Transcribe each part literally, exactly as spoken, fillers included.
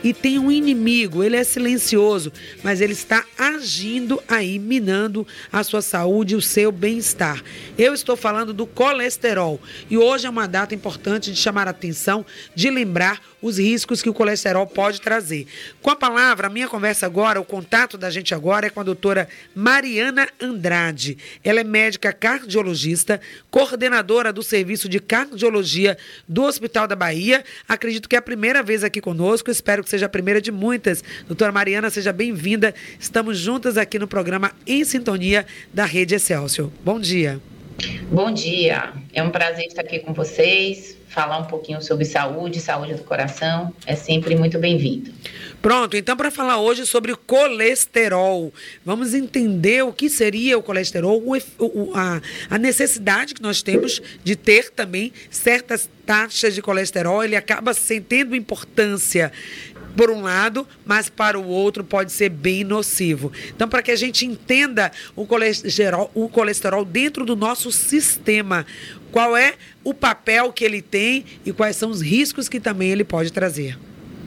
e tem um inimigo, ele é silencioso, mas ele está agindo aí, minando a sua saúde e o seu bem-estar. Eu estou falando do colesterol e hoje é uma data importante de chamar a atenção, de lembrar os riscos que o colesterol pode trazer. Com a palavra, a minha conversa agora, o contato da gente agora é com a doutora Mariana Andrade. Ela é médica cardiologista, coordenadora do Serviço de Cardiologia do Hospital da Bahia. Acredito que é a primeira vez aqui conosco, espero que seja a primeira de muitas. Doutora Mariana, seja bem-vinda. Estamos juntas aqui no programa Em Sintonia da Rede Excelsior. Bom dia. Bom dia, é um prazer estar aqui com vocês, falar um pouquinho sobre saúde, saúde do coração, é sempre muito bem-vindo. Pronto, então para falar hoje sobre o colesterol, vamos entender o que seria o colesterol, o, o, a, a necessidade que nós temos de ter também certas taxas de colesterol, ele acaba tendo importância por um lado, mas para o outro pode ser bem nocivo. Então, para que a gente entenda o colesterol, o colesterol dentro do nosso sistema, qual é o papel que ele tem e quais são os riscos que também ele pode trazer?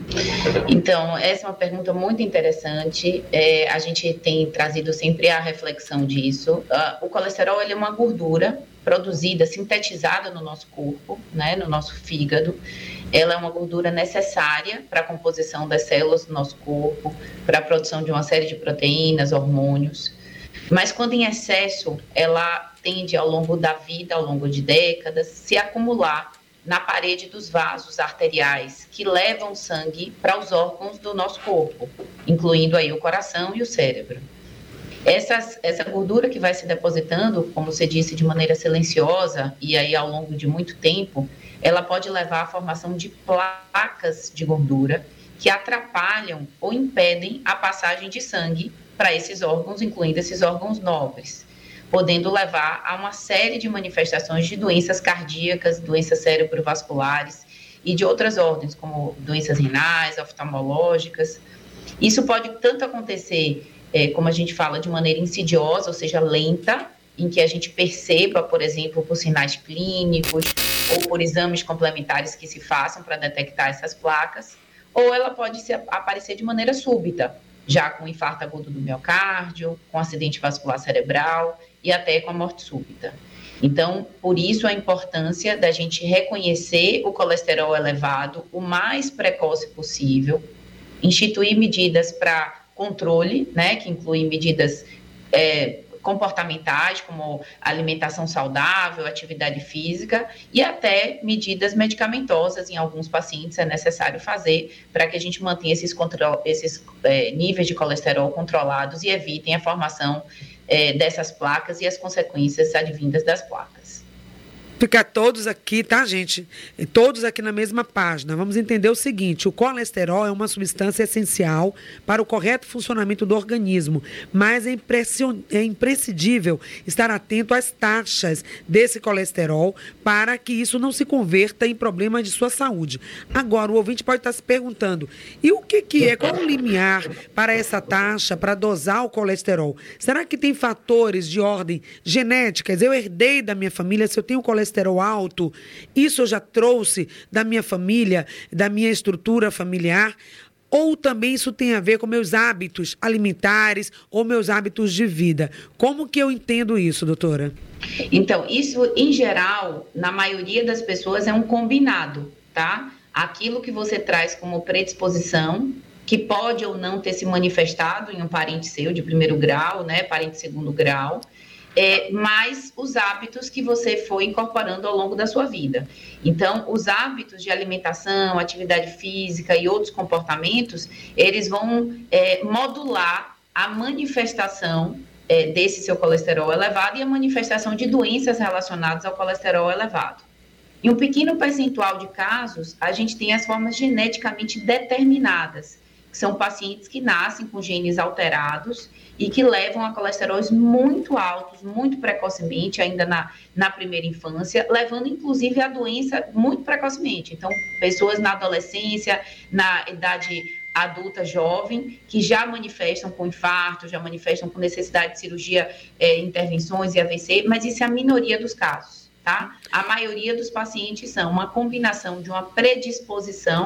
Então, essa é uma pergunta muito interessante. É, a gente tem trazido sempre a reflexão disso. Uh, o colesterol ele é uma gordura produzida, sintetizada no nosso corpo, né, no nosso fígado. Ela é uma gordura necessária para a composição das células do nosso corpo, para a produção de uma série de proteínas, hormônios. Mas quando em excesso, ela tende ao longo da vida, ao longo de décadas, se acumular na parede dos vasos arteriais que levam sangue para os órgãos do nosso corpo, incluindo aí o coração e o cérebro. Essas, essa gordura que vai se depositando, como você disse, de maneira silenciosa e aí ao longo de muito tempo, ela pode levar à formação de placas de gordura que atrapalham ou impedem a passagem de sangue para esses órgãos, incluindo esses órgãos nobres, podendo levar a uma série de manifestações de doenças cardíacas, doenças cerebrovasculares e de outras ordens, como doenças renais, oftalmológicas. Isso pode tanto acontecer, é, como a gente fala, de maneira insidiosa, ou seja, lenta, em que a gente perceba, por exemplo, por sinais clínicos ou por exames complementares que se façam para detectar essas placas, ou ela pode se aparecer de maneira súbita, já com infarto agudo do miocárdio, com acidente vascular cerebral e até com a morte súbita. Então, por isso a importância da gente reconhecer o colesterol elevado o mais precoce possível, instituir medidas para controle, né, que incluem medidas é, comportamentais, como alimentação saudável, atividade física, e até medidas medicamentosas em alguns pacientes é necessário fazer para que a gente mantenha esses, control, esses é, níveis de colesterol controlados e evitem a formação é, dessas placas e as consequências advindas das placas. Ficar todos aqui, tá, gente? Todos aqui na mesma página. Vamos entender o seguinte: o colesterol é uma substância essencial para o correto funcionamento do organismo, mas é, é imprescindível estar atento às taxas desse colesterol para que isso não se converta em problema de sua saúde. Agora, o ouvinte pode estar se perguntando: e o que, que é? Qual o limiar para essa taxa, para dosar o colesterol? Será que tem fatores de ordem genéticas? Eu herdei da minha família, se eu tenho colesterol colesterol alto, isso eu já trouxe da minha família, da minha estrutura familiar, ou também isso tem a ver com meus hábitos alimentares ou meus hábitos de vida? Como que eu entendo isso, doutora? Então, isso, em geral, na maioria das pessoas é um combinado, tá? Aquilo que você traz como predisposição, que pode ou não ter se manifestado em um parente seu de primeiro grau, né, parente de segundo grau, É, mais os hábitos que você foi incorporando ao longo da sua vida. Então, os hábitos de alimentação, atividade física e outros comportamentos, eles vão é, modular a manifestação é, desse seu colesterol elevado e a manifestação de doenças relacionadas ao colesterol elevado. Em um pequeno percentual de casos, a gente tem as formas geneticamente determinadas, que são pacientes que nascem com genes alterados e que levam a colesteróis muito altos, muito precocemente, ainda na, na primeira infância, levando inclusive a doença muito precocemente. Então, pessoas na adolescência, na idade adulta jovem, que já manifestam com infarto, já manifestam com necessidade de cirurgia, é, intervenções e A V C, mas isso é a minoria dos casos, tá? A maioria dos pacientes são uma combinação de uma predisposição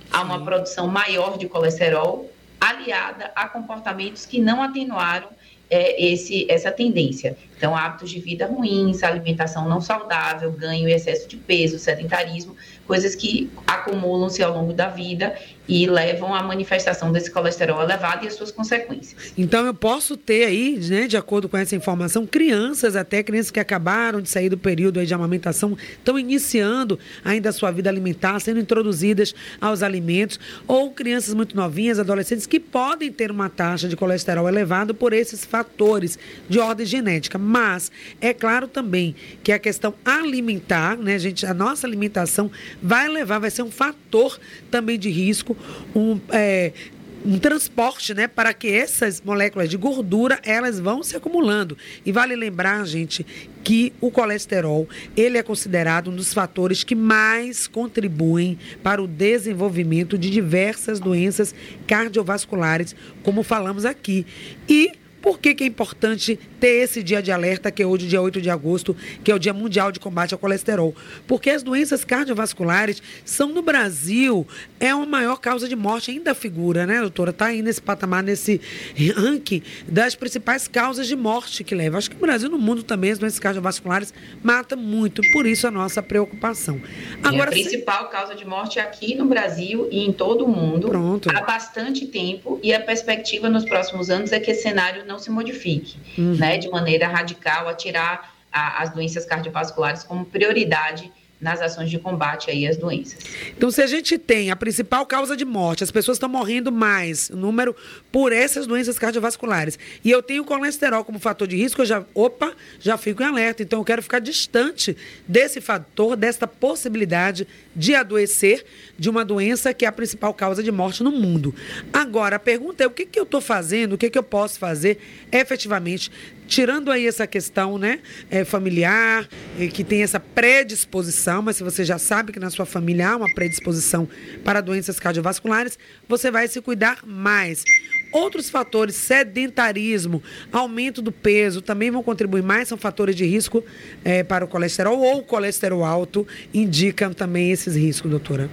a uma produção maior de colesterol, aliada a comportamentos que não atenuaram é, esse, essa tendência. Então, hábitos de vida ruins, alimentação não saudável, ganho e excesso de peso, sedentarismo, coisas que acumulam-se ao longo da vida e levam à manifestação desse colesterol elevado e as suas consequências. Então, eu posso ter aí, né, de acordo com essa informação, crianças, até crianças que acabaram de sair do período aí de amamentação, estão iniciando ainda a sua vida alimentar, sendo introduzidas aos alimentos, ou crianças muito novinhas, adolescentes, que podem ter uma taxa de colesterol elevado por esses fatores de ordem genética. Mas é claro também que a questão alimentar, né, gente, a nossa alimentação vai levar, vai ser um fator também de risco, um, é, um transporte, né, para que essas moléculas de gordura, elas vão se acumulando. E vale lembrar, gente, que o colesterol, ele é considerado um dos fatores que mais contribuem para o desenvolvimento de diversas doenças cardiovasculares, como falamos aqui. E por que que é importante ter esse dia de alerta, que é hoje, dia oito de agosto, que é o Dia Mundial de Combate ao Colesterol? Porque as doenças cardiovasculares são, no Brasil, é a maior causa de morte, ainda figura, né, doutora? Está aí nesse patamar, nesse ranking das principais causas de morte que leva. Acho que no Brasil, no mundo também, as doenças cardiovasculares matam muito, por isso a nossa preocupação. Agora, é a principal se... causa de morte aqui no Brasil e em todo o mundo. Pronto. Há bastante tempo, e a perspectiva nos próximos anos é que esse cenário não se modifique, uhum. né, de maneira radical, a tirar a, as doenças cardiovasculares como prioridade nas ações de combate aí às doenças. Então, se a gente tem a principal causa de morte, as pessoas estão morrendo mais, o número por essas doenças cardiovasculares, e eu tenho colesterol como fator de risco, eu já, opa, já fico em alerta. Então, eu quero ficar distante desse fator, desta possibilidade de adoecer de uma doença que é a principal causa de morte no mundo. Agora, a pergunta é, o que, que eu estou fazendo, o que, que eu posso fazer efetivamente, tirando aí essa questão, né, é, familiar, é, que tem essa predisposição, mas se você já sabe que na sua família há uma predisposição para doenças cardiovasculares, você vai se cuidar mais. Outros fatores, sedentarismo, aumento do peso, também vão contribuir mais, são fatores de risco é, para o colesterol, ou o colesterol alto indicam também esses riscos, doutora?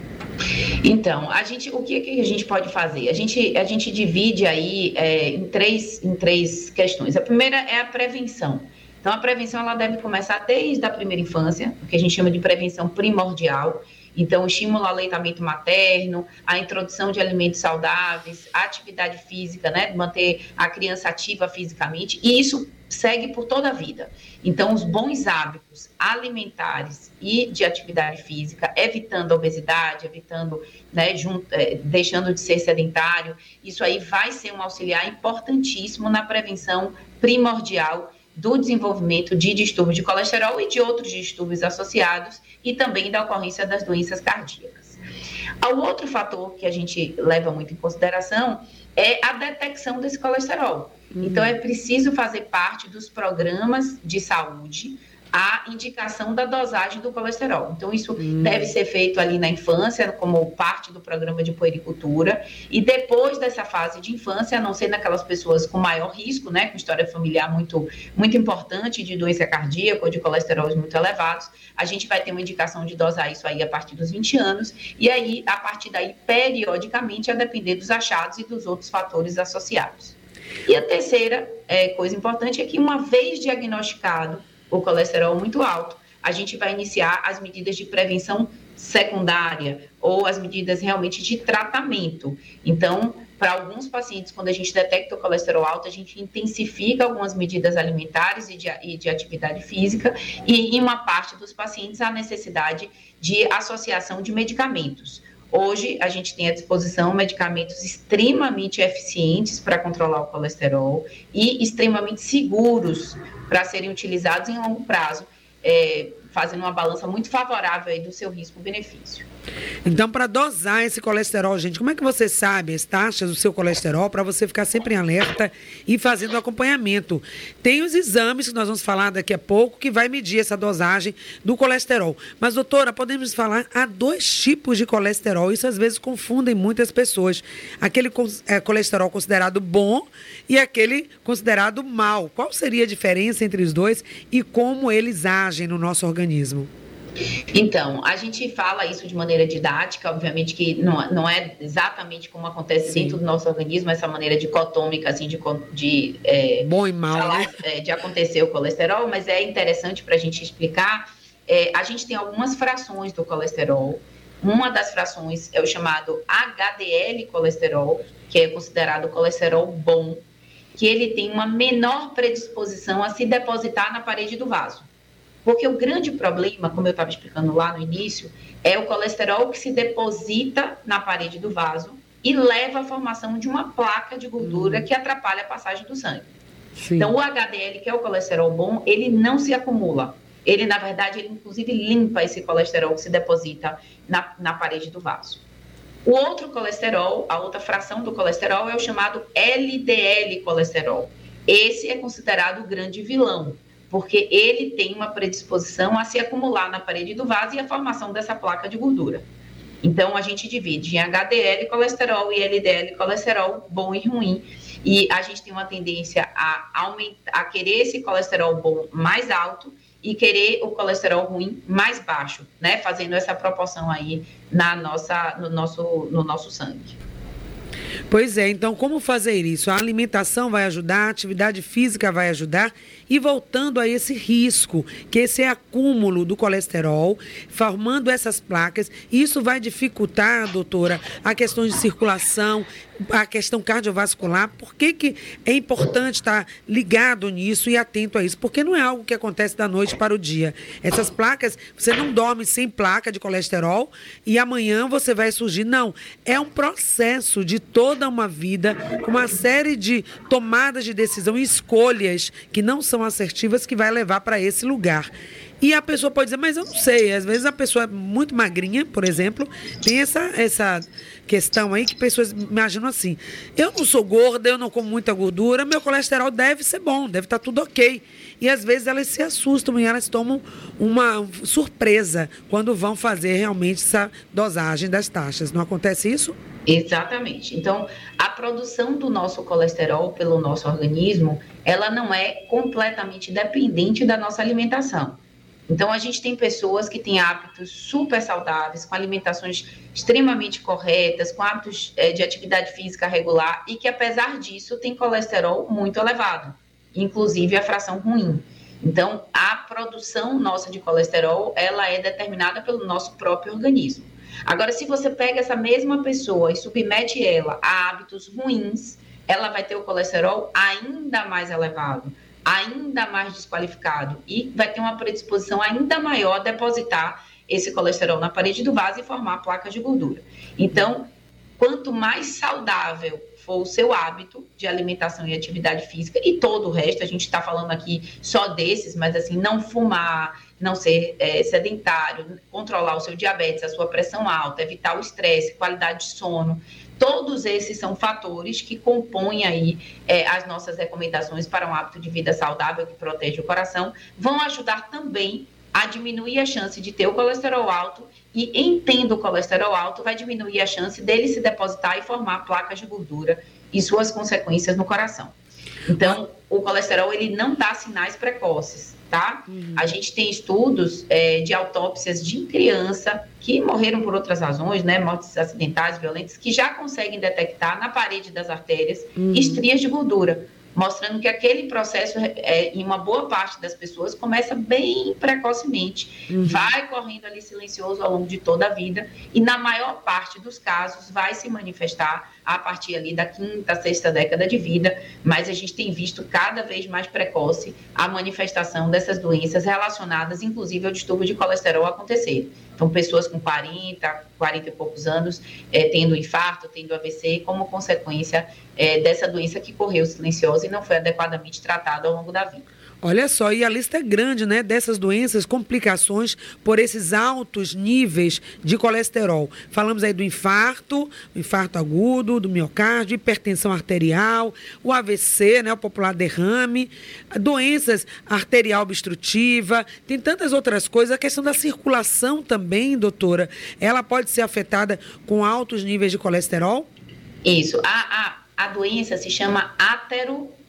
Então, a gente, o que, que a gente pode fazer? A gente, a gente divide aí é, em, três, em três questões. A primeira é a prevenção. Então, a prevenção ela deve começar desde a primeira infância, o que a gente chama de prevenção primordial. Então, o estímulo ao aleitamento materno, a introdução de alimentos saudáveis, a atividade física, né, manter a criança ativa fisicamente, e isso segue por toda a vida. Então, os bons hábitos alimentares e de atividade física, evitando a obesidade, evitando, né, junto, é, deixando de ser sedentário, isso aí vai ser um auxiliar importantíssimo na prevenção primordial do desenvolvimento de distúrbios de colesterol e de outros distúrbios associados, e também da ocorrência das doenças cardíacas. O outro fator que a gente leva muito em consideração é a detecção desse colesterol. Uhum. Então, é preciso fazer parte dos programas de saúde a indicação da dosagem do colesterol. Então, isso uhum. deve ser feito ali na infância, como parte do programa de puericultura, e depois dessa fase de infância, a não ser naquelas pessoas com maior risco, né, com história familiar muito, muito importante de doença cardíaca ou de colesterol muito elevados, a gente vai ter uma indicação de dosar isso aí a partir dos vinte anos, e aí, a partir daí, periodicamente, a depender dos achados e dos outros fatores associados. E a terceira é, coisa importante é que, uma vez diagnosticado o colesterol muito alto, a gente vai iniciar as medidas de prevenção secundária ou as medidas realmente de tratamento. Então, para alguns pacientes, quando a gente detecta o colesterol alto, a gente intensifica algumas medidas alimentares e de, e de atividade física, e em uma parte dos pacientes a necessidade de associação de medicamentos. Hoje, a gente tem à disposição medicamentos extremamente eficientes para controlar o colesterol e extremamente seguros para serem utilizados em longo prazo, é, fazendo uma balança muito favorável aí do seu risco-benefício. Então, para dosar esse colesterol, gente, como é que você sabe as taxas do seu colesterol para você ficar sempre em alerta e fazendo acompanhamento? Tem os exames que nós vamos falar daqui a pouco que vai medir essa dosagem do colesterol. Mas, doutora, podemos falar, há dois tipos de colesterol. Isso às vezes confundem muitas pessoas. Aquele é, colesterol considerado bom e aquele considerado mau. Qual seria a diferença entre os dois e como eles agem no nosso organismo? Então, a gente fala isso de maneira didática, obviamente que não, não é exatamente como acontece Sim. dentro do nosso organismo, essa maneira dicotômica, assim, de, de, é, Bom e mal, falar, né? é, de acontecer o colesterol, mas é interessante para a gente explicar. É, a gente tem algumas frações do colesterol. Uma das frações é o chamado H D L colesterol, que é considerado colesterol bom, que ele tem uma menor predisposição a se depositar na parede do vaso. Porque o grande problema, como eu estava explicando lá no início, é o colesterol que se deposita na parede do vaso e leva à formação de uma placa de gordura hum. que atrapalha a passagem do sangue. Sim. Então, o H D L, que é o colesterol bom, ele não se acumula. Ele, na verdade, ele inclusive limpa esse colesterol que se deposita na, na parede do vaso. O outro colesterol, a outra fração do colesterol, é o chamado L D L colesterol. Esse é considerado o grande vilão, porque ele tem uma predisposição a se acumular na parede do vaso e a formação dessa placa de gordura. Então, a gente divide em H D L colesterol e L D L colesterol bom e ruim. E a gente tem uma tendência a, aumentar, a querer esse colesterol bom mais alto e querer o colesterol ruim mais baixo, né? Fazendo essa proporção aí na nossa, no, nosso, no nosso sangue. Pois é, então como fazer isso? A alimentação vai ajudar, a atividade física vai ajudar e voltando a esse risco, que esse é acúmulo do colesterol, formando essas placas, isso vai dificultar, doutora, a questão de circulação, a questão cardiovascular. Por que que é importante estar ligado nisso e atento a isso? Porque não é algo que acontece da noite para o dia. Essas placas, você não dorme sem placa de colesterol e amanhã você vai surgir. Não, é um processo de toda uma vida, com uma série de tomadas de decisão e escolhas que não são assertivas que vai levar para esse lugar. E a pessoa pode dizer, mas eu não sei, às vezes a pessoa é muito magrinha, por exemplo, tem essa, essa questão aí que pessoas imaginam assim, eu não sou gorda, eu não como muita gordura, meu colesterol deve ser bom, deve estar tudo ok. E às vezes elas se assustam e elas tomam uma surpresa quando vão fazer realmente essa dosagem das taxas. Não acontece isso? Exatamente. Então, a produção do nosso colesterol pelo nosso organismo, ela não é completamente dependente da nossa alimentação. Então, a gente tem pessoas que têm hábitos super saudáveis, com alimentações extremamente corretas, com hábitos é, de atividade física regular e que, apesar disso, tem colesterol muito elevado, inclusive a fração ruim. Então, a produção nossa de colesterol, ela é determinada pelo nosso próprio organismo. Agora, se você pega essa mesma pessoa e submete ela a hábitos ruins, ela vai ter o colesterol ainda mais elevado, ainda mais desqualificado e vai ter uma predisposição ainda maior a depositar esse colesterol na parede do vaso e formar placas de gordura. Então, quanto mais saudável for o seu hábito de alimentação e atividade física e todo o resto, a gente está falando aqui só desses, mas assim, não fumar, não ser é, sedentário, controlar o seu diabetes, a sua pressão alta, evitar o estresse, qualidade de sono, todos esses são fatores que compõem aí é, as nossas recomendações para um hábito de vida saudável que protege o coração, vão ajudar também a diminuir a chance de ter o colesterol alto e, em tendo o colesterol alto, vai diminuir a chance dele se depositar e formar placas de gordura e suas consequências no coração. Então, o colesterol, ele não dá sinais precoces, tá? Uhum. A gente tem estudos é, de autópsias de criança que morreram por outras razões, né? Mortes acidentais, violentas, que já conseguem detectar na parede das artérias uhum. estrias de gordura, mostrando que aquele processo, é, em uma boa parte das pessoas, começa bem precocemente, uhum. vai correndo ali silencioso ao longo de toda a vida e, na maior parte dos casos, vai se manifestar a partir ali da quinta, sexta década de vida, mas a gente tem visto cada vez mais precoce a manifestação dessas doenças relacionadas, inclusive, ao distúrbio de colesterol acontecer. Então, pessoas com quarenta, quarenta e poucos anos, é, tendo infarto, tendo A V C, como consequência é, dessa doença que correu silenciosa e não foi adequadamente tratada ao longo da vida. Olha só, e a lista é grande, né, dessas doenças, complicações por esses altos níveis de colesterol. Falamos aí do infarto, infarto agudo, do miocárdio, hipertensão arterial, o A V C, né, o popular derrame, doenças arterial obstrutiva, tem tantas outras coisas. A questão da circulação também, doutora, ela pode ser afetada com altos níveis de colesterol? Isso, a, a, a doença se chama atero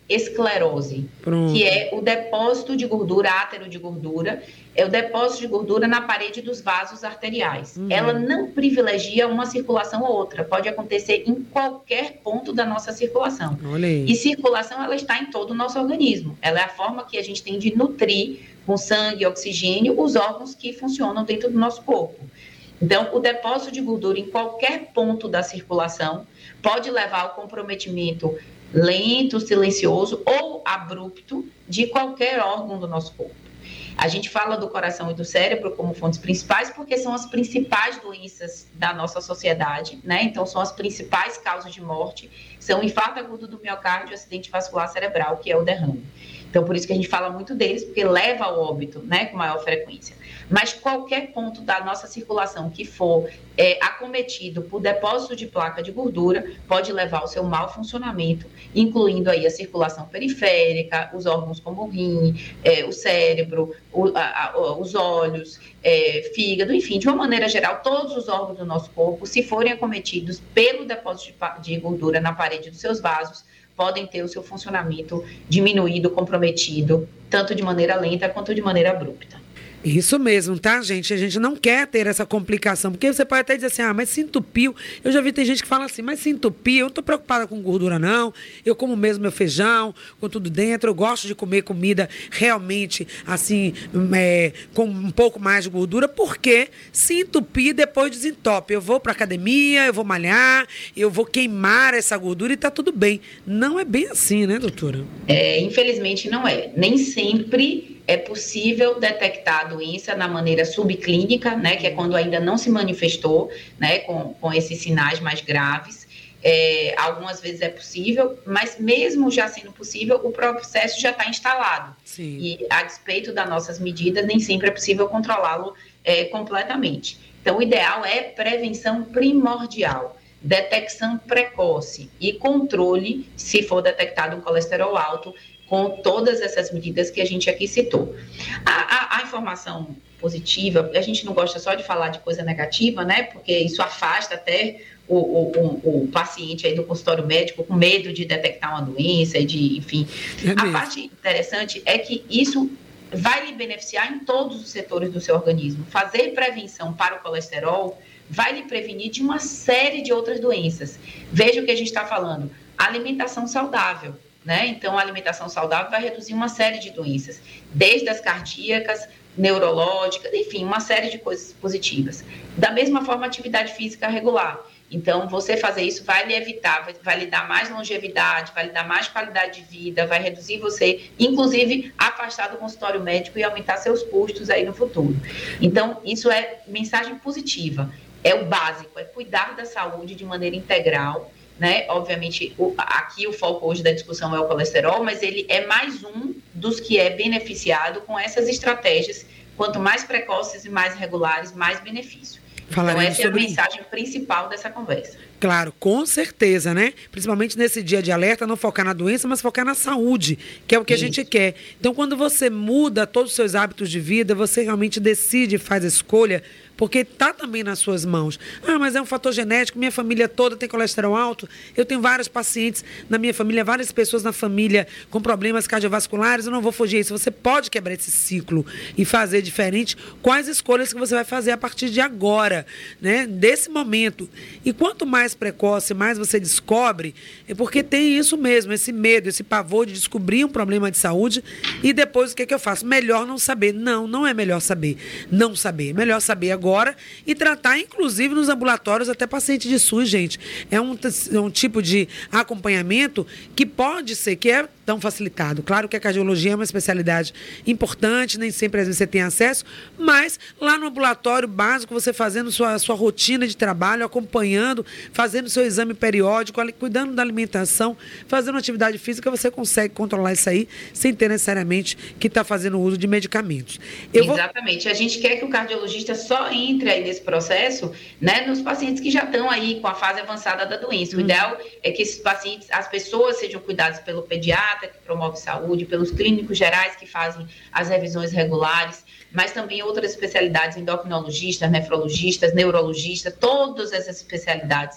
esclerose, Pronto. que é o depósito de gordura, átero de gordura, é o depósito de gordura na parede dos vasos arteriais. Uhum. Ela não privilegia uma circulação ou outra, pode acontecer em qualquer ponto da nossa circulação. Olha aí. E circulação, ela está em todo o nosso organismo. Ela é a forma que a gente tem de nutrir com sangue e oxigênio os órgãos que funcionam dentro do nosso corpo. Então, o depósito de gordura em qualquer ponto da circulação pode levar ao comprometimento lento, silencioso ou abrupto de qualquer órgão do nosso corpo. A gente fala do coração e do cérebro como fontes principais porque são as principais doenças da nossa sociedade, né? Então, são as principais causas de morte, são o infarto agudo do miocárdio e o acidente vascular cerebral, que é o derrame. Então, por isso que a gente fala muito deles, porque leva ao óbito, né, com maior frequência. Mas qualquer ponto da nossa circulação que for é, acometido por depósito de placa de gordura pode levar ao seu mau funcionamento, incluindo aí a circulação periférica, os órgãos como o rim, é, o cérebro, o, a, a, os olhos, é, fígado, enfim, de uma maneira geral, todos os órgãos do nosso corpo, se forem acometidos pelo depósito de, de gordura na parede dos seus vasos, podem ter o seu funcionamento diminuído, comprometido, tanto de maneira lenta quanto de maneira abrupta. Isso mesmo, tá, gente? A gente não quer ter essa complicação, porque você pode até dizer assim, ah, mas se entupiu. Eu já vi, tem gente que fala assim, mas se entupiu, eu não estou preocupada com gordura, não. Eu como mesmo meu feijão, com tudo dentro. Eu gosto de comer comida realmente, assim, é, com um pouco mais de gordura, porque se entupir, depois desentope. Eu vou para academia, eu vou malhar, eu vou queimar essa gordura e tá tudo bem. Não é bem assim, né, doutora? É, infelizmente não é. Nem sempre é possível detectar a doença na maneira subclínica, né, que é quando ainda não se manifestou, né, com, com esses sinais mais graves. É, algumas vezes é possível, mas mesmo já sendo possível, o processo já está instalado. Sim. E, a despeito das nossas medidas, nem sempre é possível controlá-lo é, completamente. Então, o ideal é prevenção primordial, detecção precoce e controle, se for detectado um colesterol alto, com todas essas medidas que a gente aqui citou. A, a, a informação positiva, a gente não gosta só de falar de coisa negativa, né? Porque isso afasta até o, o, o, o paciente aí do consultório médico com medo de detectar uma doença e de, enfim. É a parte interessante é que isso vai lhe beneficiar em todos os setores do seu organismo. Fazer prevenção para o colesterol vai lhe prevenir de uma série de outras doenças. Veja o que a gente está falando. Alimentação saudável. Né? Então, a alimentação saudável vai reduzir uma série de doenças, desde as cardíacas, neurológicas, enfim, uma série de coisas positivas. Da mesma forma, atividade física regular. Então, você fazer isso vai lhe evitar, vai, vai lhe dar mais longevidade, vai lhe dar mais qualidade de vida, vai reduzir você, inclusive, afastar do consultório médico e aumentar seus custos aí no futuro. Então, isso é mensagem positiva, é o básico, é cuidar da saúde de maneira integral, né? Obviamente, o, aqui o foco hoje da discussão é o colesterol, mas ele é mais um dos que é beneficiado com essas estratégias. Quanto mais precoces e mais regulares, mais benefício. Falaremos então, essa é a mensagem isso. principal dessa conversa. Claro, com certeza, né? Principalmente nesse dia de alerta, não focar na doença, mas focar na saúde, que é o que isso. a gente quer. Então, quando você muda todos os seus hábitos de vida, você realmente decide, faz a escolha, porque está também nas suas mãos. Ah, mas é um fator genético, minha família toda tem colesterol alto, eu tenho vários pacientes na minha família, várias pessoas na família com problemas cardiovasculares, eu não vou fugir disso. Você pode quebrar esse ciclo e fazer diferente. Quais escolhas que você vai fazer a partir de agora, né? Desse momento. E quanto mais precoce, mais você descobre, é porque tem isso mesmo, esse medo, esse pavor de descobrir um problema de saúde e depois o que, é que eu faço? Melhor não saber. Não, não é melhor saber. Não saber. É melhor saber agora. Agora, e tratar, inclusive, nos ambulatórios, até paciente de S U S, gente. É um, é um tipo de acompanhamento que pode ser, que é tão facilitado. Claro que a cardiologia é uma especialidade importante, nem sempre às vezes você tem acesso, mas lá no ambulatório básico, você fazendo sua, sua rotina de trabalho, acompanhando, fazendo seu exame periódico, cuidando da alimentação, fazendo atividade física, você consegue controlar isso aí sem ter necessariamente que estar tá fazendo uso de medicamentos. Eu Exatamente. Vou... A gente quer que o cardiologista só entre aí nesse processo, né, nos pacientes que já estão aí com a fase avançada da doença. O hum. ideal é que esses pacientes, as pessoas sejam cuidadas pelo pediatra, que promove saúde, pelos clínicos gerais que fazem as revisões regulares, mas também outras especialidades, endocrinologistas, nefrologistas, neurologistas, todas essas especialidades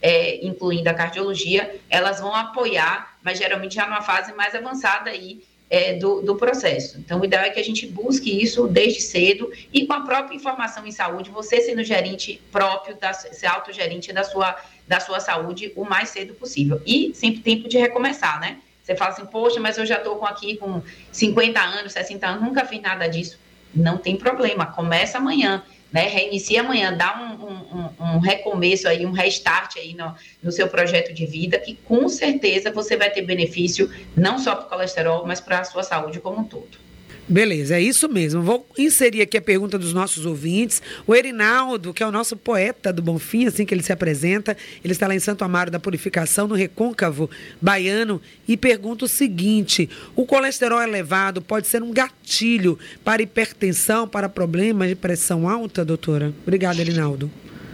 é, incluindo a cardiologia, elas vão apoiar, mas geralmente já numa fase mais avançada aí, é, do, do processo. Então, o ideal é que a gente busque isso desde cedo e com a própria informação em saúde, você sendo gerente próprio, da, ser autogerente da sua, da sua saúde o mais cedo possível. E sempre tempo de recomeçar, né? Você fala assim, poxa, mas eu já estou aqui com cinquenta anos, sessenta anos, nunca fiz nada disso. Não tem problema, começa amanhã, né? Reinicia amanhã, dá um, um, um recomeço aí, um restart aí no, no seu projeto de vida, que com certeza você vai ter benefício, não só para o colesterol, mas para a sua saúde como um todo. Beleza, é isso mesmo. Vou inserir aqui a pergunta dos nossos ouvintes. O Erinaldo, que é o nosso poeta do Bonfim, assim que ele se apresenta, ele está lá em Santo Amaro da Purificação, no Recôncavo Baiano, e pergunta o seguinte: o colesterol elevado pode ser um gatilho para hipertensão, para problemas de pressão alta, doutora? Obrigada, Erinaldo.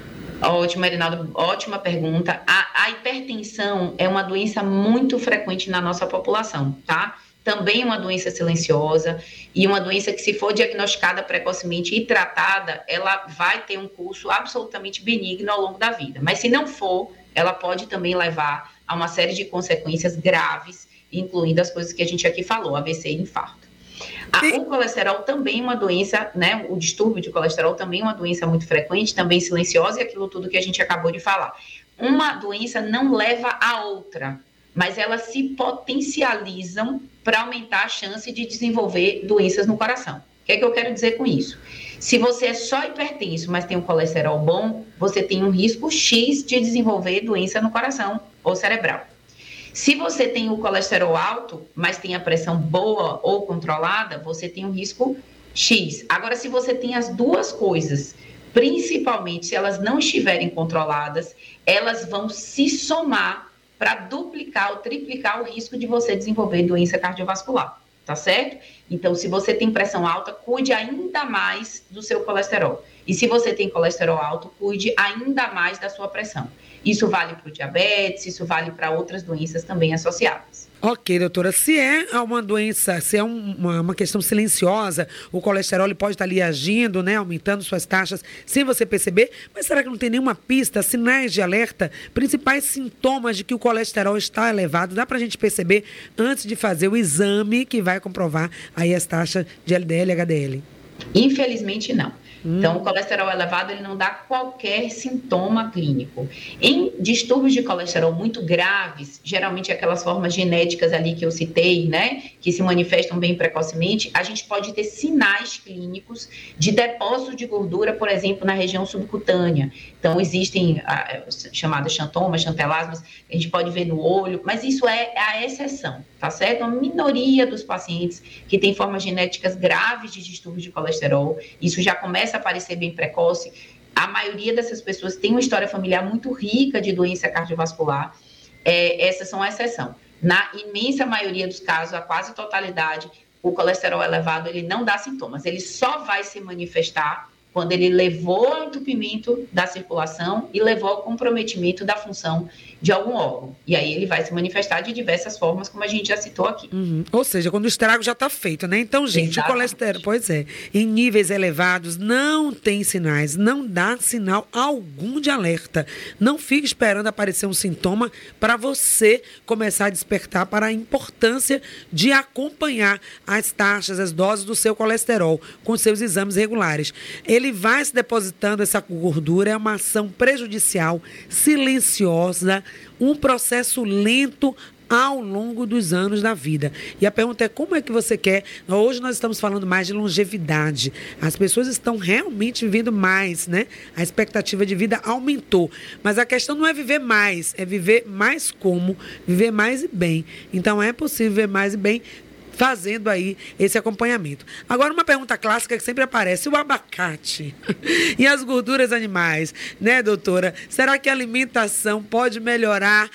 Ótimo, Erinaldo, ótima pergunta. A, a hipertensão é uma doença muito frequente na nossa população, tá? Também uma doença silenciosa e uma doença que, se for diagnosticada precocemente e tratada, ela vai ter um curso absolutamente benigno ao longo da vida. Mas se não for, ela pode também levar a uma série de consequências graves, incluindo as coisas que a gente aqui falou, A V C e infarto. A, o colesterol também é uma doença, né? O distúrbio de colesterol também é uma doença muito frequente, também silenciosa, e aquilo tudo que a gente acabou de falar. Uma doença não leva a outra, mas elas se potencializam para aumentar a chance de desenvolver doenças no coração. O que é que eu quero dizer com isso? Se você é só hipertenso, mas tem um colesterol bom, você tem um risco X de desenvolver doença no coração ou cerebral. Se você tem o colesterol alto, mas tem a pressão boa ou controlada, você tem um risco X. Agora, se você tem as duas coisas, principalmente se elas não estiverem controladas, elas vão se somar para duplicar ou triplicar o risco de você desenvolver doença cardiovascular, tá certo? Então, se você tem pressão alta, cuide ainda mais do seu colesterol. E se você tem colesterol alto, cuide ainda mais da sua pressão. Isso vale para o diabetes, isso vale para outras doenças também associadas. Ok, doutora. Se é uma doença, se é uma, uma questão silenciosa, o colesterol ele pode estar ali agindo, né, aumentando suas taxas sem você perceber, mas será que não tem nenhuma pista, sinais de alerta, principais sintomas de que o colesterol está elevado? Dá para a gente perceber antes de fazer o exame que vai comprovar aí as taxas de L D L e H D L? Infelizmente, não. Então, o colesterol elevado, ele não dá qualquer sintoma clínico. Em distúrbios de colesterol muito graves, geralmente aquelas formas genéticas ali que eu citei, né, que se manifestam bem precocemente, a gente pode ter sinais clínicos de depósito de gordura, por exemplo, na região subcutânea. Então, existem a, chamadas xantomas, xantelasmas, a gente pode ver no olho, mas isso é a exceção, tá certo? Uma minoria dos pacientes que têm formas genéticas graves de distúrbios de colesterol, isso já começa a aparecer bem precoce. A maioria dessas pessoas tem uma história familiar muito rica de doença cardiovascular. É, essas são a exceção. Na imensa maioria dos casos, a quase totalidade, o colesterol elevado, ele não dá sintomas. Ele só vai se manifestar quando ele levou ao entupimento da circulação e levou ao comprometimento da função de algum órgão. E aí ele vai se manifestar de diversas formas, como a gente já citou aqui. Uhum. Ou seja, quando o estrago já está feito, né? Então, gente, Exatamente. O colesterol, pois é, em níveis elevados, não tem sinais, não dá sinal algum de alerta. Não fique esperando aparecer um sintoma para você começar a despertar para a importância de acompanhar as taxas, as doses do seu colesterol com seus exames regulares. Ele vai se depositando essa gordura, é uma ação prejudicial, silenciosa, um processo lento ao longo dos anos da vida. E a pergunta é, como é que você quer? Hoje nós estamos falando mais de longevidade. As pessoas estão realmente vivendo mais, né? A expectativa de vida aumentou. Mas a questão não é viver mais, é viver mais como, viver mais e bem. Então é possível viver mais e bem fazendo aí esse acompanhamento. Agora, uma pergunta clássica que sempre aparece: o abacate e as gorduras animais, né, doutora? Será que a alimentação pode melhorar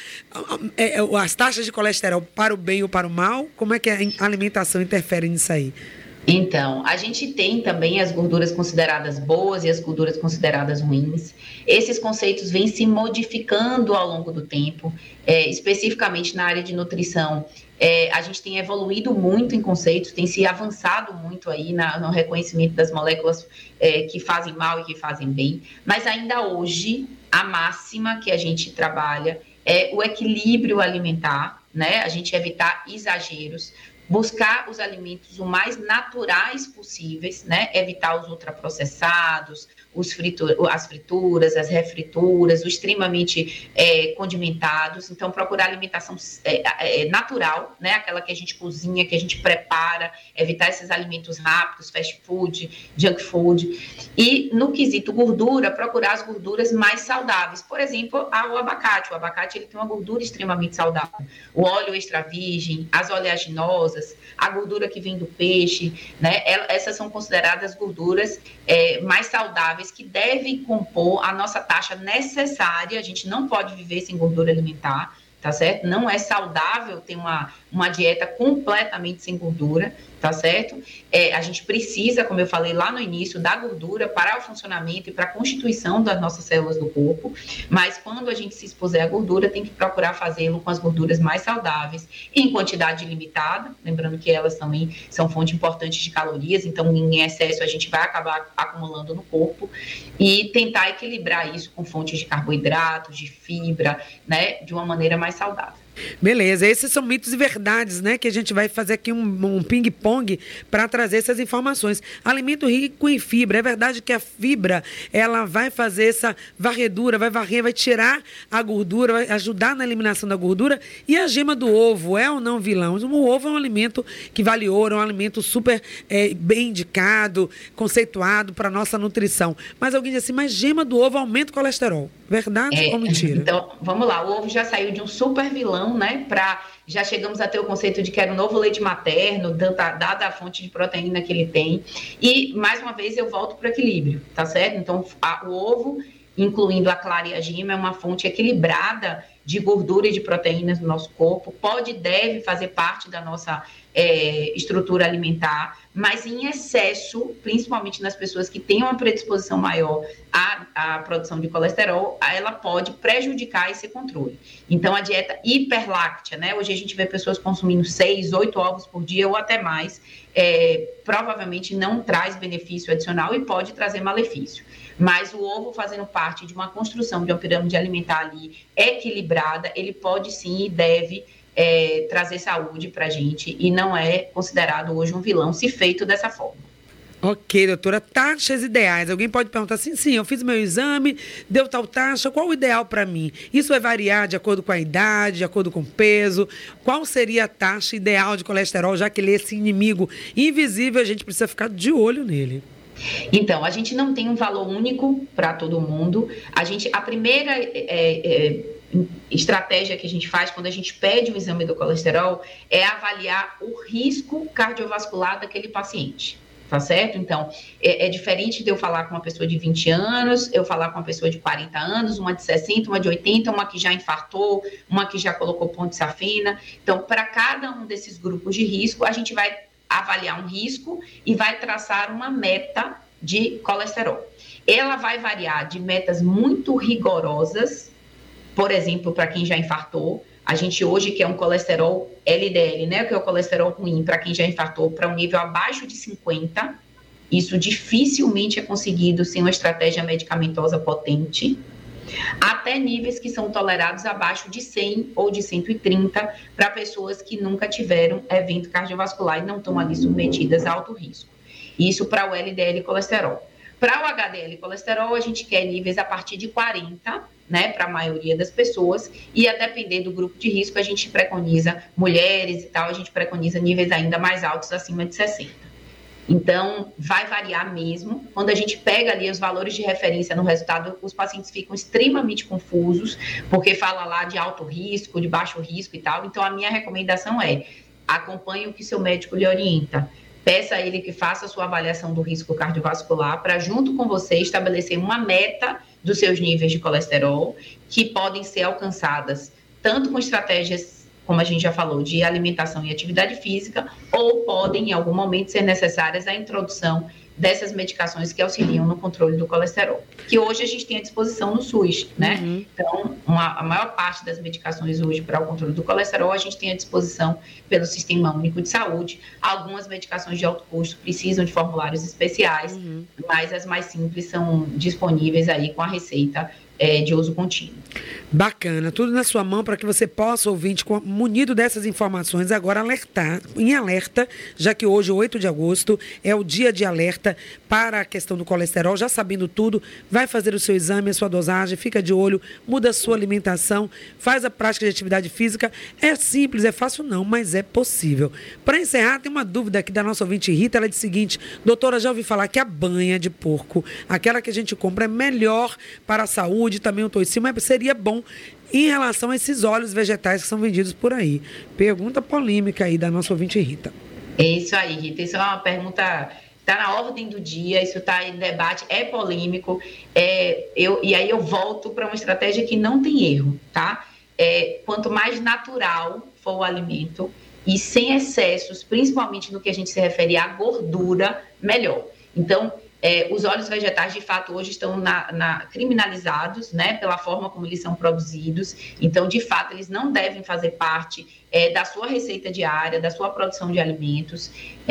é, as taxas de colesterol para o bem ou para o mal? Como é que a alimentação interfere nisso aí? Então, a gente tem também as gorduras consideradas boas e as gorduras consideradas ruins. Esses conceitos vêm se modificando ao longo do tempo, é, especificamente na área de nutrição. É, a gente tem evoluído muito em conceitos, tem se avançado muito aí na, no reconhecimento das moléculas é, que fazem mal e que fazem bem, mas ainda hoje a máxima que a gente trabalha é o equilíbrio alimentar, né? A gente evitar exageros, buscar os alimentos o mais naturais possíveis, né? Evitar os ultraprocessados, os fritur, as frituras, as refrituras, os extremamente é, condimentados. Então, procurar alimentação é, é, natural, né? Aquela que a gente cozinha, que a gente prepara, evitar esses alimentos rápidos, fast food, junk food. E, no quesito gordura, procurar as gorduras mais saudáveis. Por exemplo, o abacate. O abacate ele tem uma gordura extremamente saudável. O óleo extra virgem, as oleaginosas, a gordura que vem do peixe, né? Essas são consideradas gorduras é, mais saudáveis, que devem compor a nossa taxa necessária. A gente não pode viver sem gordura alimentar, tá certo? Não é saudável ter uma, uma dieta completamente sem gordura, tá certo? É, a gente precisa, como eu falei lá no início, da gordura para o funcionamento e para a constituição das nossas células do corpo, mas quando a gente se expuser à gordura, tem que procurar fazê-lo com as gorduras mais saudáveis, em quantidade limitada, lembrando que elas também são fonte importante de calorias, então em excesso a gente vai acabar acumulando no corpo, e tentar equilibrar isso com fontes de carboidratos, de fibra, né, de uma maneira mais saudável. Beleza, esses são mitos e verdades, né? Que a gente vai fazer aqui um, um ping-pong para trazer essas informações. Alimento rico em fibra. É verdade que a fibra, ela vai fazer essa varredura, vai varrer, vai tirar a gordura, vai ajudar na eliminação da gordura. E a gema do ovo é ou não vilão? O ovo é um alimento que vale ouro, é um alimento super é, bem indicado, conceituado para a nossa nutrição. Mas alguém diz assim, mas gema do ovo aumenta o colesterol. Verdade é, ou mentira? Então, vamos lá. O ovo já saiu de um super vilão, né, para já chegamos a ter o conceito de que era o novo leite materno, dada, dada a fonte de proteína que ele tem. E, mais uma vez, eu volto para o equilíbrio, tá certo? Então, a, o ovo, incluindo a clara e a gema, é uma fonte equilibrada de gordura e de proteínas no nosso corpo. Pode e deve fazer parte da nossa é, estrutura alimentar, mas em excesso, principalmente nas pessoas que têm uma predisposição maior à, à produção de colesterol, ela pode prejudicar esse controle. Então, a dieta hiperláctea, né? Hoje a gente vê pessoas consumindo seis, oito ovos por dia ou até mais, é, provavelmente não traz benefício adicional e pode trazer malefício. Mas o ovo fazendo parte de uma construção de uma pirâmide alimentar ali equilibrada, ele pode sim e deve é, trazer saúde para a gente e não é considerado hoje um vilão se feito dessa forma. Ok, doutora, taxas ideais. Alguém pode perguntar assim, sim, eu fiz meu exame, deu tal taxa, qual o ideal para mim? Isso vai variar de acordo com a idade, de acordo com o peso? Qual seria a taxa ideal de colesterol, já que ele é esse inimigo invisível, a gente precisa ficar de olho nele? Então, a gente não tem um valor único para todo mundo. A gente, a primeira é, é, estratégia que a gente faz quando a gente pede o exame do colesterol é avaliar o risco cardiovascular daquele paciente. Tá certo? Então, é, é diferente de eu falar com uma pessoa de vinte anos, eu falar com uma pessoa de quarenta anos, uma de sessenta, uma de oitenta, uma que já infartou, uma que já colocou ponto de safena. Então, para cada um desses grupos de risco, a gente vai avaliar um risco e vai traçar uma meta de colesterol. Ela vai variar de metas muito rigorosas, por exemplo, para quem já infartou. A gente hoje quer um colesterol L D L, né, que é o colesterol ruim para quem já infartou, para um nível abaixo de cinquenta. Isso dificilmente é conseguido sem uma estratégia medicamentosa potente. Até níveis que são tolerados abaixo de cem ou de cento e trinta para pessoas que nunca tiveram evento cardiovascular e não estão ali submetidas a alto risco. Isso para o L D L colesterol. Para o H D L colesterol, a gente quer níveis a partir de quarenta, né, para a maioria das pessoas, e a depender do grupo de risco, a gente preconiza mulheres e tal, a gente preconiza níveis ainda mais altos, acima de sessenta. Então, vai variar mesmo. Quando a gente pega ali os valores de referência no resultado, os pacientes ficam extremamente confusos, porque fala lá de alto risco, de baixo risco e tal. Então, a minha recomendação é, acompanhe o que seu médico lhe orienta. Peça a ele que faça a sua avaliação do risco cardiovascular para, junto com você, estabelecer uma meta dos seus níveis de colesterol, que podem ser alcançadas tanto com estratégias como a gente já falou, de alimentação e atividade física, ou podem, em algum momento, ser necessárias a introdução dessas medicações que auxiliam no controle do colesterol, que hoje a gente tem à disposição no SUS, né? Uhum. Então, uma, a maior parte das medicações hoje para o controle do colesterol, a gente tem à disposição pelo Sistema Único de Saúde. Algumas medicações de alto custo precisam de formulários especiais, uhum. mas as mais simples são disponíveis aí com a receita É, de uso contínuo. Bacana, tudo na sua mão para que você possa, ouvinte, munido dessas informações, agora alertar, em alerta, já que hoje, oito de agosto, é o dia de alerta para a questão do colesterol, já sabendo tudo, vai fazer o seu exame, a sua dosagem, fica de olho, muda a sua alimentação, faz a prática de atividade física. É simples, é fácil não, mas é possível. Para encerrar, tem uma dúvida aqui da nossa ouvinte Rita, ela diz o seguinte: doutora, já ouvi falar que a banha de porco, aquela que a gente compra, é melhor para a saúde, também o toicinho, mas seria bom em relação a esses óleos vegetais que são vendidos por aí. Pergunta polêmica aí da nossa ouvinte Rita. É isso aí, Rita. Isso é uma pergunta, está na ordem do dia, isso está em debate, é polêmico. É, eu, e aí eu volto para uma estratégia que não tem erro, tá? É, quanto mais natural for o alimento e sem excessos, principalmente no que a gente se refere à gordura, melhor. Então, É, os óleos vegetais, de fato, hoje estão na, na, criminalizados, né, pela forma como eles são produzidos. Então, de fato, eles não devem fazer parte é, da sua receita diária, da sua produção de alimentos.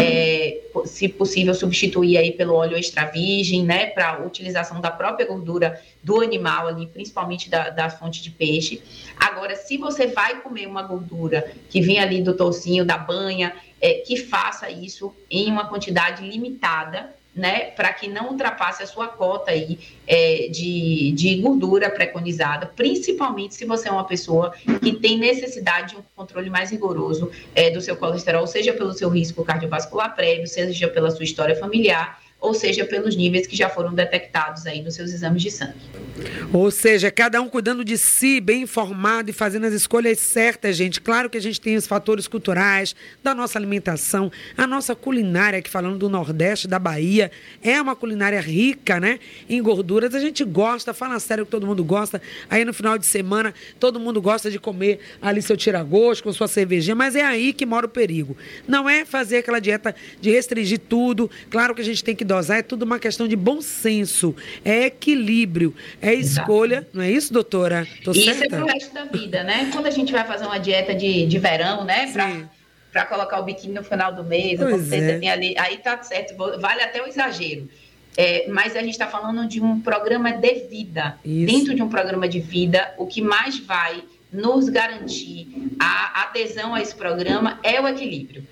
É, se possível, substituir aí pelo óleo extra virgem, né, para a utilização da própria gordura do animal ali, principalmente da, da fonte de peixe. Agora, se você vai comer uma gordura que vem ali do toucinho, da banha, é, que faça isso em uma quantidade limitada, né, para que não ultrapasse a sua cota aí, é, de, de gordura preconizada, principalmente se você é uma pessoa que tem necessidade de um controle mais rigoroso é, do seu colesterol, seja pelo seu risco cardiovascular prévio, seja pela sua história familiar, ou seja, pelos níveis que já foram detectados aí nos seus exames de sangue. Ou seja, cada um cuidando de si, bem informado e fazendo as escolhas certas, gente. Claro que a gente tem os fatores culturais, da nossa alimentação, a nossa culinária, que falando do Nordeste, da Bahia, é uma culinária rica, né, em gorduras. A gente gosta, fala sério que todo mundo gosta. Aí no final de semana, todo mundo gosta de comer ali seu tira-gosto com sua cervejinha, mas é aí que mora o perigo. Não é fazer aquela dieta de restringir tudo. Claro que a gente tem que dosar, é tudo uma questão de bom senso, é equilíbrio, é escolha, Exato. Não é isso, doutora? Tô isso certa? É pro resto da vida, né? Quando a gente vai fazer uma dieta de, de verão, né? Para colocar o biquíni no final do mês, pois é. Tem ali, aí tá certo, vale até o exagero. É, mas a gente está falando de um programa de vida. Isso. Dentro de um programa de vida, o que mais vai nos garantir a adesão a esse programa é o equilíbrio.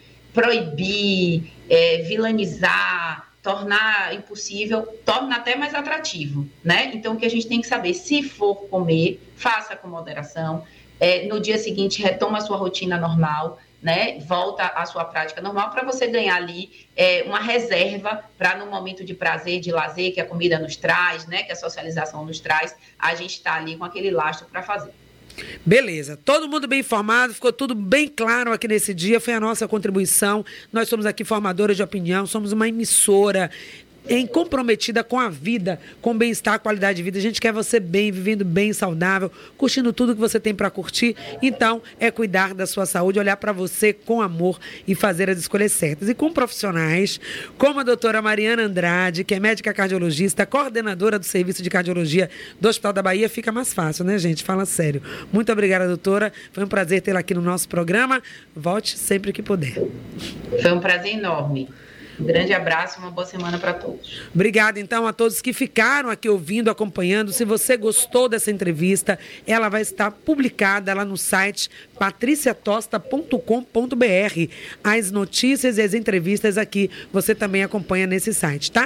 Proibir, é, vilanizar, tornar impossível, torna até mais atrativo, né? Então, o que a gente tem que saber, se for comer, faça com moderação, é, no dia seguinte retoma a sua rotina normal, né? Volta à sua prática normal para você ganhar ali é, uma reserva para no momento de prazer, de lazer que a comida nos traz, né? Que a socialização nos traz, a gente está ali com aquele lastro para fazer. Beleza, todo mundo bem informado, ficou tudo bem claro aqui nesse dia, foi a nossa contribuição. Nós somos aqui formadores de opinião, somos uma emissora em comprometida com a vida, com bem-estar, qualidade de vida. A gente quer você bem, vivendo bem, saudável, curtindo tudo que você tem para curtir. Então, é cuidar da sua saúde, olhar para você com amor e fazer as escolhas certas. E com profissionais como a doutora Mariana Andrade, que é médica cardiologista, coordenadora do Serviço de Cardiologia do Hospital da Bahia, fica mais fácil, né, gente? Fala sério. Muito obrigada, doutora. Foi um prazer tê-la aqui no nosso programa. Volte sempre que puder. Foi um prazer enorme. Um grande abraço e uma boa semana para todos. Obrigada, então, a todos que ficaram aqui ouvindo, acompanhando. Se você gostou dessa entrevista, ela vai estar publicada lá no site patricia tosta ponto com ponto b r. As notícias e as entrevistas aqui você também acompanha nesse site, tá?